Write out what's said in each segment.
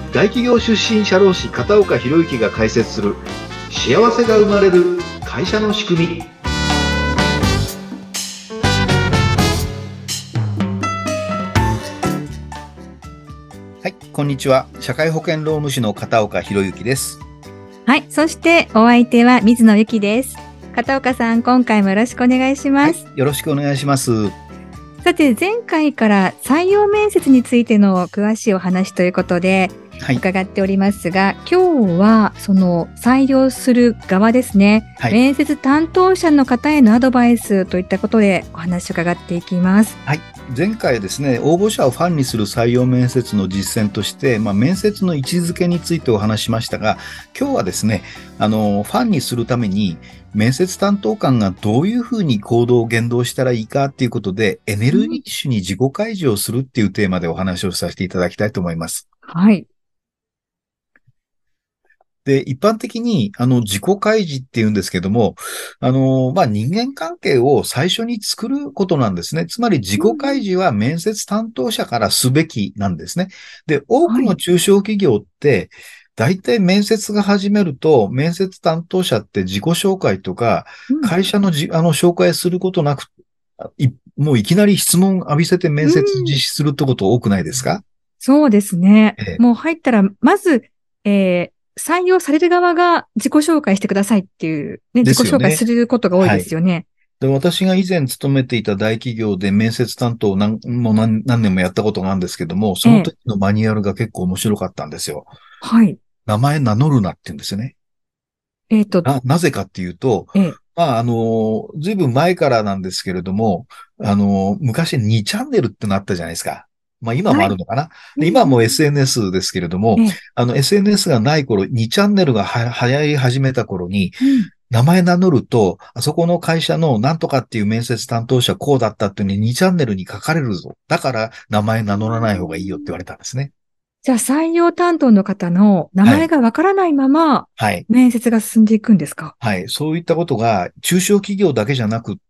大企業出身社労士片岡博之が解説する幸せが生まれる会社の仕組み。はい、こんにちは。社会保険労務士の片岡博之です。 はい、そしてお相手は水野由紀です。片岡さん、今回もよろしくお願いします。 はい、よろしくお願いします。 さて、前回から採用面接についての詳しいお話ということで伺っておりますが、今日はその採用する側ですね、面接担当者の方へのアドバイスといったことでお話を伺っていきます。 はい、前回ですね、応募者をファンにする採用面接の実践として、面接の位置づけについてお話しましたが、今日はですね、ファンにするために面接担当官がどういうふうに行動言動したらいいかっていうことで、エネルギッシュに自己開示をするっていうテーマでお話をさせていただきたいと思います。 はい。 で、一般的に、自己開示っていうんですけども、人間関係を最初に作ることなんですね。つまり自己開示は面接担当者からすべきなんですね。で、多くの中小企業って、大体面接が始めると、面接担当者って自己紹介とか、会社の紹介することなく、もういきなり質問浴びせて面接実施するってこと多くないですか？ そうですね。もう入ったら、まず、採用される側が自己紹介してくださいっていう、ね、自己紹介することが多いですよね。 で、私が以前勤めていた大企業で面接担当を何年もやったことがあるんですけども、その時のマニュアルが結構面白かったんですよ。 はい。 名前名乗るなって言うんですよね。なぜかっていうと、ずいぶん前からなんですけれども、昔2チャンネルってなったじゃないですか。今もあるのかな。で、今はもう SNS ですけれども、SNS がない頃、2チャンネルが流行り始めた頃に、名前名乗ると、あそこの会社のなんとかっていう面接担当者こうだったっていうのに2チャンネルに書かれるぞ。だから名前名乗らない方がいいよって言われたんですね。 じゃあ採用担当の方の名前がわからないまま、面接が進んでいくんですか？ はい。そういったことが中小企業だけじゃなくって、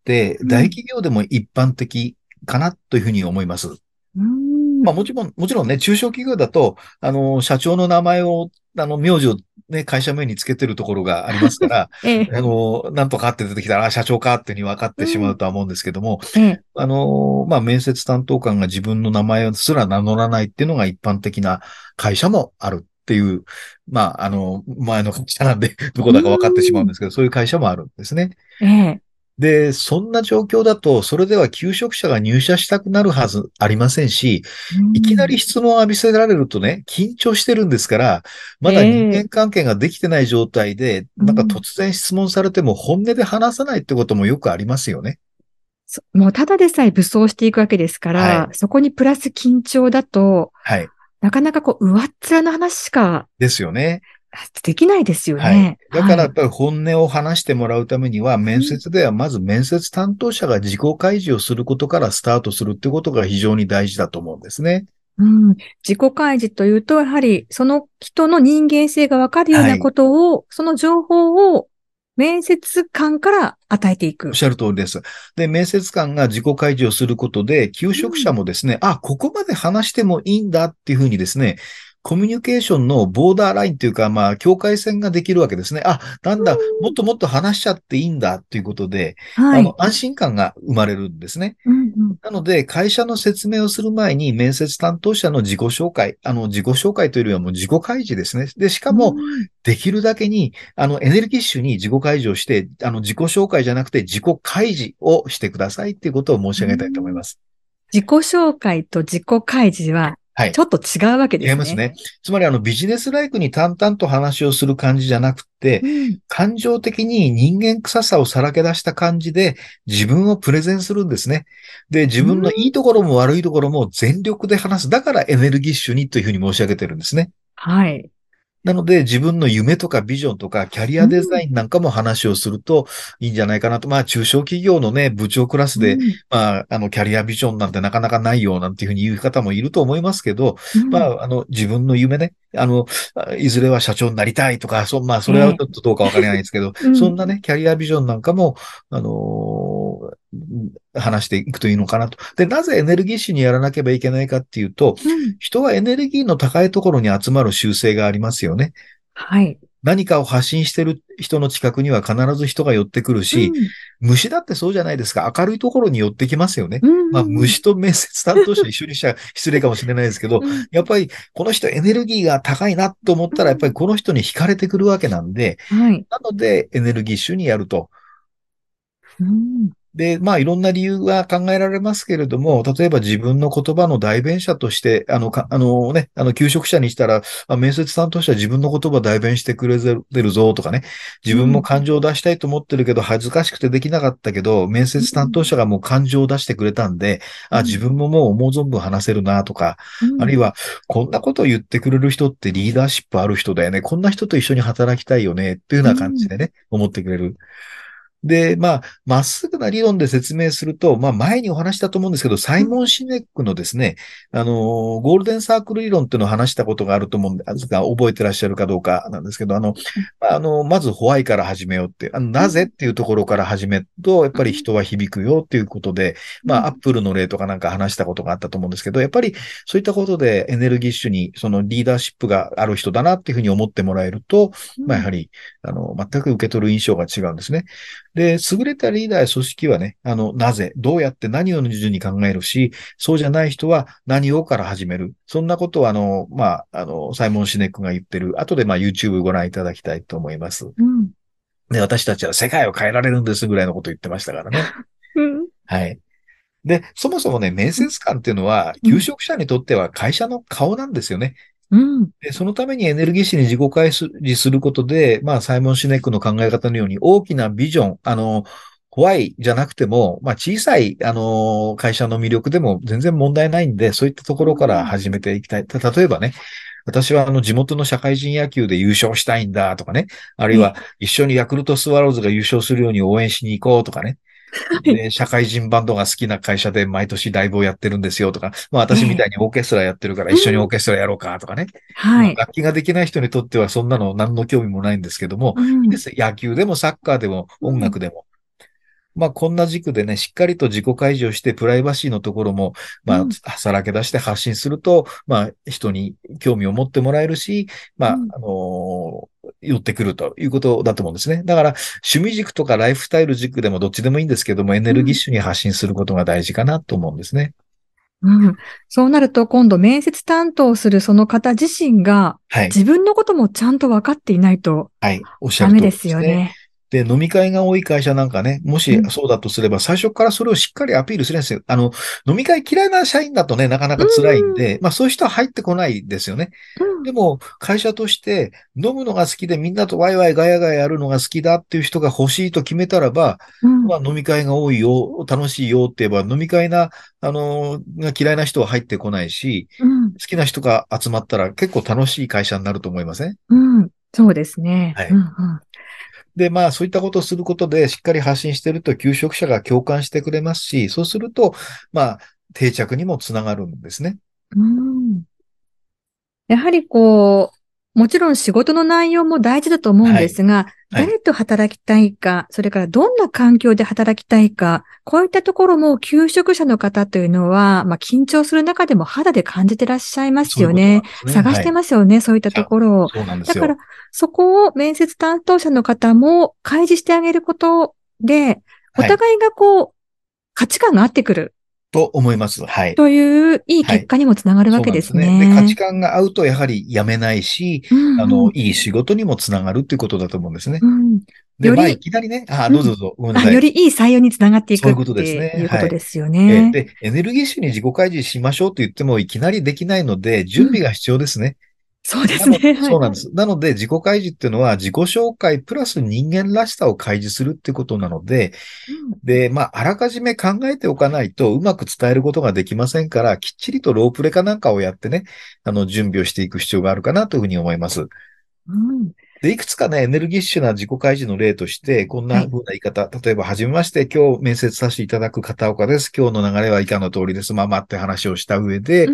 大企業でも一般的かなというふうに思います。もちろんね、中小企業だと、社長の名前を、名字をね、会社名につけてるところがありますから、なんとかって出てきたら、社長かっていうふうに分かってしまうとは思うんですけども、面接担当官が自分の名前すら名乗らないっていうのが一般的な会社もあるっていう、前の会社なんで、どこだか分かってしまうんですけど、そういう会社もあるんですね。で、そんな状況だと、それでは求職者が入社したくなるはずありませんし、いきなり質問を浴びせられるとね、緊張してるんですから、まだ人間関係ができてない状態で、なんか突然質問されても本音で話さないってこともよくありますよね。 もうただでさえ武装していくわけですから、そこにプラス緊張だと、なかなか上っ面の話しか。 ですよね。 できないですよね。 だからやっぱり本音を話してもらうためには、面接ではまず面接担当者が自己開示をすることからスタートするってことが非常に大事だと思うんですね。 自己開示というと、やはりその人の人間性がわかるようなことを、その情報を面接官から与えていく。 おっしゃる通りです。で、面接官が自己開示をすることで、求職者もですね、ここまで話してもいいんだっていうふうにですね、コミュニケーションのボーダーラインというか、境界線ができるわけですね。なんだ、もっともっと話しちゃっていいんだっていうことで、安心感が生まれるんですね。なので、会社の説明をする前に、面接担当者の自己紹介、自己紹介というよりはもう自己開示ですね。で、しかも、できるだけに、エネルギッシュに自己開示をして、自己紹介じゃなくて自己開示をしてくださいっていうことを申し上げたいと思います。 自己紹介と自己開示は、ちょっと違うわけですね。 違いますね。つまりビジネスライクに淡々と話をする感じじゃなくて、感情的に人間臭さをさらけ出した感じで自分をプレゼンするんですね。で、自分のいいところも悪いところも全力で話す。だからエネルギッシュにというふうに申し上げてるんですね。 はい。 なので、自分の夢とかビジョンとかキャリアデザインなんかも話をするといいんじゃないかなと。中小企業のね、部長クラスで、キャリアビジョンなんてなかなかないよなんていうふうに言う方もいると思いますけど、自分の夢ね、いずれは社長になりたいとか、それはちょっとどうかわからないですけど、そんなね、キャリアビジョンなんかも、 話していくといいのかなと。で、なぜエネルギッシュにやらなければいけないかっていうと、人はエネルギーの高いところに集まる習性がありますよね。 はい。 何かを発信してる人の近くには必ず人が寄ってくるし、虫だってそうじゃないですか。明るいところに寄ってきますよね。まあ、虫と面接担当者一緒にしちゃ失礼かもしれないですけど、やっぱりこの人エネルギーが高いなと思ったら、やっぱりこの人に惹かれてくるわけなんで、なのでエネルギッシュにやると。で、まあ、いろんな理由が考えられますけれども、例えば自分の言葉の代弁者として、求職者にしたら、面接担当者は自分の言葉を代弁してくれてるぞとかね、自分も感情を出したいと思ってるけど、恥ずかしくてできなかったけど、面接担当者がもう感情を出してくれたんで、自分ももう思う存分話せるなとか、あるいは、こんなことを言ってくれる人ってリーダーシップある人だよね、こんな人と一緒に働きたいよね、っていうような感じでね、思ってくれる。で、まあ、まっすぐな理論で説明すると、まあ、前にお話したと思うんですけど、サイモン・シネックのですね、ゴールデンサークル理論っていうのを話したことがあると思うんですが、覚えてらっしゃるかどうかなんですけど、まずホワイから始めようって、なぜっていうところから始めると、やっぱり人は響くよっていうことで、まあ、アップルの例とかなんか話したことがあったと思うんですけど、やっぱりそういったことでエネルギッシュに、そのリーダーシップがある人だなっていうふうに思ってもらえると、まあ、やはり、全く受け取る印象が違うんですね。で、優れたリーダーや組織はね、なぜ、どうやって何を順に考えるし、そうじゃない人は何をから始める。そんなことをサイモン・シネックが言ってる。後でYouTube ご覧いただきたいと思います。で、私たちは世界を変えられるんですぐらいのこと言ってましたからね。はい。で、そもそもね、面接官っていうのは、求職者にとっては会社の顔なんですよね。で、そのためにエネルギッシュに自己開示することで、まあ、サイモン・シネックの考え方のように大きなビジョン、怖いじゃなくても、まあ、小さい、会社の魅力でも全然問題ないんで、そういったところから始めていきたい。例えばね、私は地元の社会人野球で優勝したいんだとかね、あるいは一緒にヤクルトスワローズが優勝するように応援しに行こうとかね、で、社会人バンドが好きな会社で毎年ライブをやってるんですよとか、まあ私みたいにオーケストラやってるから一緒にオーケストラやろうかとかね。まあ楽器ができない人にとってはそんなの何の興味もないんですけども、いいです。野球でもサッカーでも音楽でも。まあ、こんな軸でね、しっかりと自己開示をして、プライバシーのところも、まあ、さらけ出して発信すると、まあ、人に興味を持ってもらえるし、まあ、寄ってくるということだと思うんですね。だから、趣味軸とかライフスタイル軸でもどっちでもいいんですけども、エネルギッシュに発信することが大事かなと思うんですね。 そうなると今度面接担当するその方自身が、自分のこともちゃんと分かっていないと、 おっしゃる通りですよね。 で、飲み会が多い会社なんかね、もしそうだとすれば、最初からそれをしっかりアピールするんですよ。飲み会嫌いな社員だとね、なかなか辛いんで、まあそういう人は入ってこないですよね。でも、会社として飲むのが好きでみんなとワイワイガヤガヤやるのが好きだっていう人が欲しいと決めたらば、まあ飲み会が多いよ、楽しいよって言えば、飲み会が嫌いな人は入ってこないし、好きな人が集まったら結構楽しい会社になると思いません？ そうですね。 はい。で、まあ、そういったことをすることで、しっかり発信してると、求職者が共感してくれますし、そうすると、まあ、定着にもつながるんですね。 やはりもちろん仕事の内容も大事だと思うんですが、誰と働きたいか、それからどんな環境で働きたいか、こういったところも求職者の方というのは、まあ、緊張する中でも肌で感じてらっしゃいますよね。探してますよね、そういったところを。 そうなんですよ。 だから、そこを面接担当者の方も開示してあげることで、お互いが価値観が合ってくる。 と思います。はい。 といういい結果にもつながるわけですね。 そうなんですね。で、価値観が合うとやはり辞めないし、いい仕事にもつながるっていうことだと思うんですね。で、まあ、いきなりね、どうぞどうぞ、ごめんなさい。 よりいい採用につながっていくそういうことですね。 っていうことですよね。 で、エネルギッシュに自己開示しましょうと言ってもいきなりできないので、準備が必要ですね。 そうですね。 そうなんです。なので、自己開示っていうのは自己紹介プラス人間らしさを開示するってことなので、で、まあ、あらかじめ考えておかないとうまく伝えることができませんから、きっちりとロープレかなんかをやってね、準備をしていく必要があるかなというふうに思います。で、いくつかね、エネルギッシュな自己開示の例として、こんな風な言い方、例えば、はじめまして、今日面接させていただく片岡です。今日の流れは以下の通りです。まあまあって話をした上で、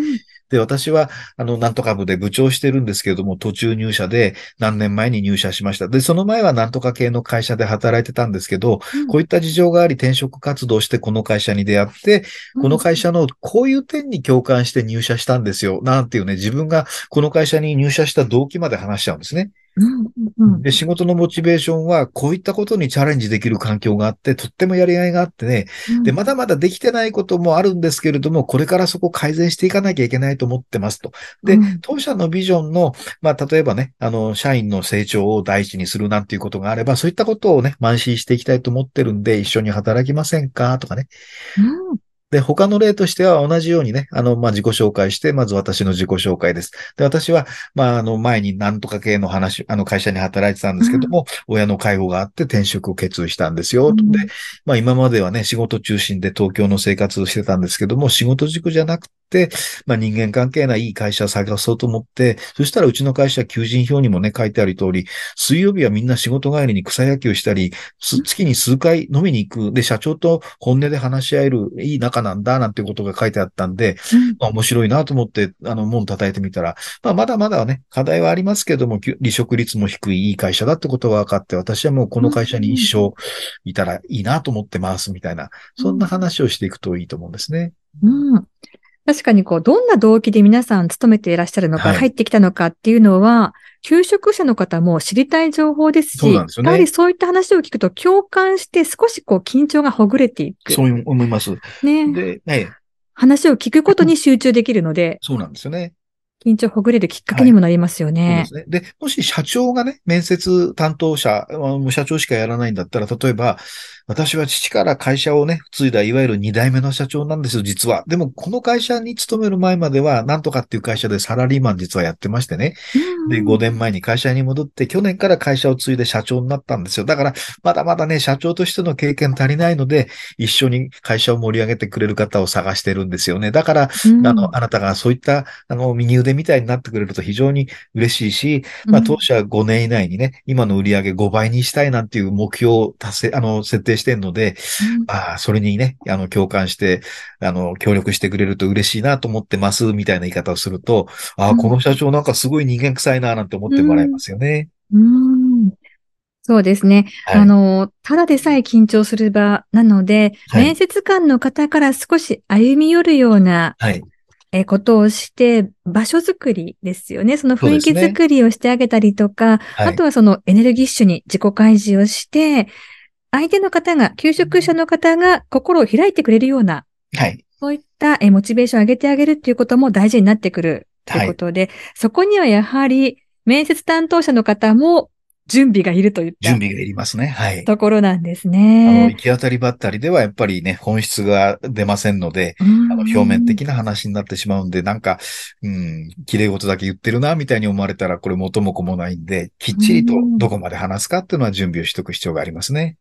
で、私は、なんとか部で部長してるんですけれども、途中入社で何年前に入社しました。で、その前はなんとか系の会社で働いてたんですけど、こういった事情があり転職活動してこの会社に出会って、この会社のこういう点に共感して入社したんですよ。なんていうね、自分がこの会社に入社した動機まで話しちゃうんですね。で、仕事のモチベーションは、こういったことにチャレンジできる環境があって、とってもやりがいがあってね。で、まだまだできてないこともあるんですけれども、これからそこ改善していかなきゃいけないと思ってますと。で、当社のビジョンの、例えばね、社員の成長を第一にするなんていうことがあれば、そういったことをね、慢心していきたいと思ってるんで、一緒に働きませんかとかね。で、他の例としては同じようにね、自己紹介して、まず私の自己紹介です。で、私は、前に何とか系の会社に働いてたんですけども、親の介護があって転職を決意したんですよ。で、今まではね、仕事中心で東京の生活をしてたんですけども、仕事軸じゃなくて、人間関係ないい会社を探そうと思って、そしたらうちの会社求人票にもね、書いてある通り、水曜日はみんな仕事帰りに草野球したり、月に数回飲みに行く。で、社長と本音で話し合えるいい仲なんだ、なんていうことが書いてあったんで、面白いなと思って、門叩いてみたら、まだまだね、課題はありますけども、離職率も低いいい会社だってことが分かって、私はもうこの会社に一生いたらいいなと思ってます、みたいな、そんな話をしていくといいと思うんですね。 確かにどんな動機で皆さん勤めていらっしゃるのか、入ってきたのかっていうのは、求職者の方も知りたい情報ですし、 そうなんですよね。 やはりそういった話を聞くと共感して少し緊張がほぐれていく。 そう思います。 ね。 で、ね。 話を聞くことに集中できるので。 そうなんですよね。 緊張ほぐれるきっかけにもなりますよね。 そうですね。で、もし社長がね、面接担当者、社長しかやらないんだったら、例えば、私は父から会社をね、継いだいわゆる二代目の社長なんですよ、実は。でも、この会社に勤める前までは、なんとかっていう会社でサラリーマン実はやってましてね。で、5年前に会社に戻って、去年から会社を継いで社長になったんですよ。だから、まだまだね、社長としての経験足りないので、一緒に会社を盛り上げてくれる方を探してるんですよね。だから、あなたがそういった、右腕みたいになってくれると非常に嬉しいし、当社5年以内にね、今の売上5倍にしたいなんていう目標を設定してるので、それにね、共感して、協力してくれると嬉しいなと思ってます、みたいな言い方をすると、この社長なんかすごい人間臭いな、なんて思ってもらえますよね。 そうですね。ただでさえ緊張する場なので、面接官の方から少し歩み寄るような、ことをして、場所づくりですよね。その雰囲気づくりをしてあげたりとか、あとはそのエネルギッシュに自己開示をして、相手の方が、求職者の方が心を開いてくれるような、そういったモチベーションを上げてあげるっていうことも大事になってくるということで、そこにはやはり面接担当者の方も準備がいるといった。 準備がいりますね。はい。 ところなんですね。 行き当たりばったりではやっぱりね、本質が出ませんので、表面的な話になってしまうんで、なんか、綺麗事だけ言ってるな、みたいに思われたら、これ元も子もないんで、きっちりとどこまで話すかっていうのは準備をしておく必要がありますね。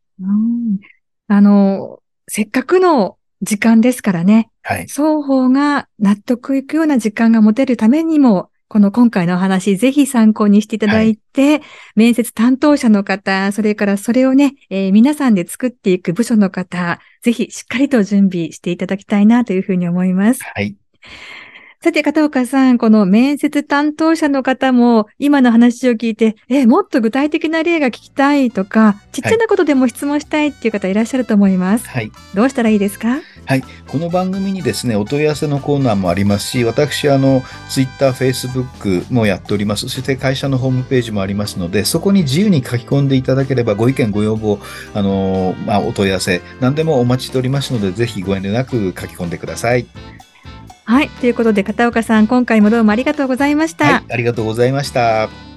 せっかくの時間ですからね。双方が納得いくような時間が持てるためにも、今回のお話、ぜひ参考にしていただいて、面接担当者の方、それからそれをね、皆さんで作っていく部署の方、ぜひしっかりと準備していただきたいなというふうに思います。さて、片岡さん、この面接担当者の方も、今の話を聞いて、もっと具体的な例が聞きたいとか、ちっちゃなことでも質問したいっていう方いらっしゃると思います。どうしたらいいですか？ この番組にですね、お問い合わせのコーナーもありますし、私、Twitter、Facebook もやっております。そして会社のホームページもありますので、そこに自由に書き込んでいただければ、ご意見、ご要望、お問い合わせ、何でもお待ちしておりますので、ぜひご遠慮なく書き込んでください。 はい。ということで、片岡さん、今回もどうもありがとうございました。 ありがとうございました。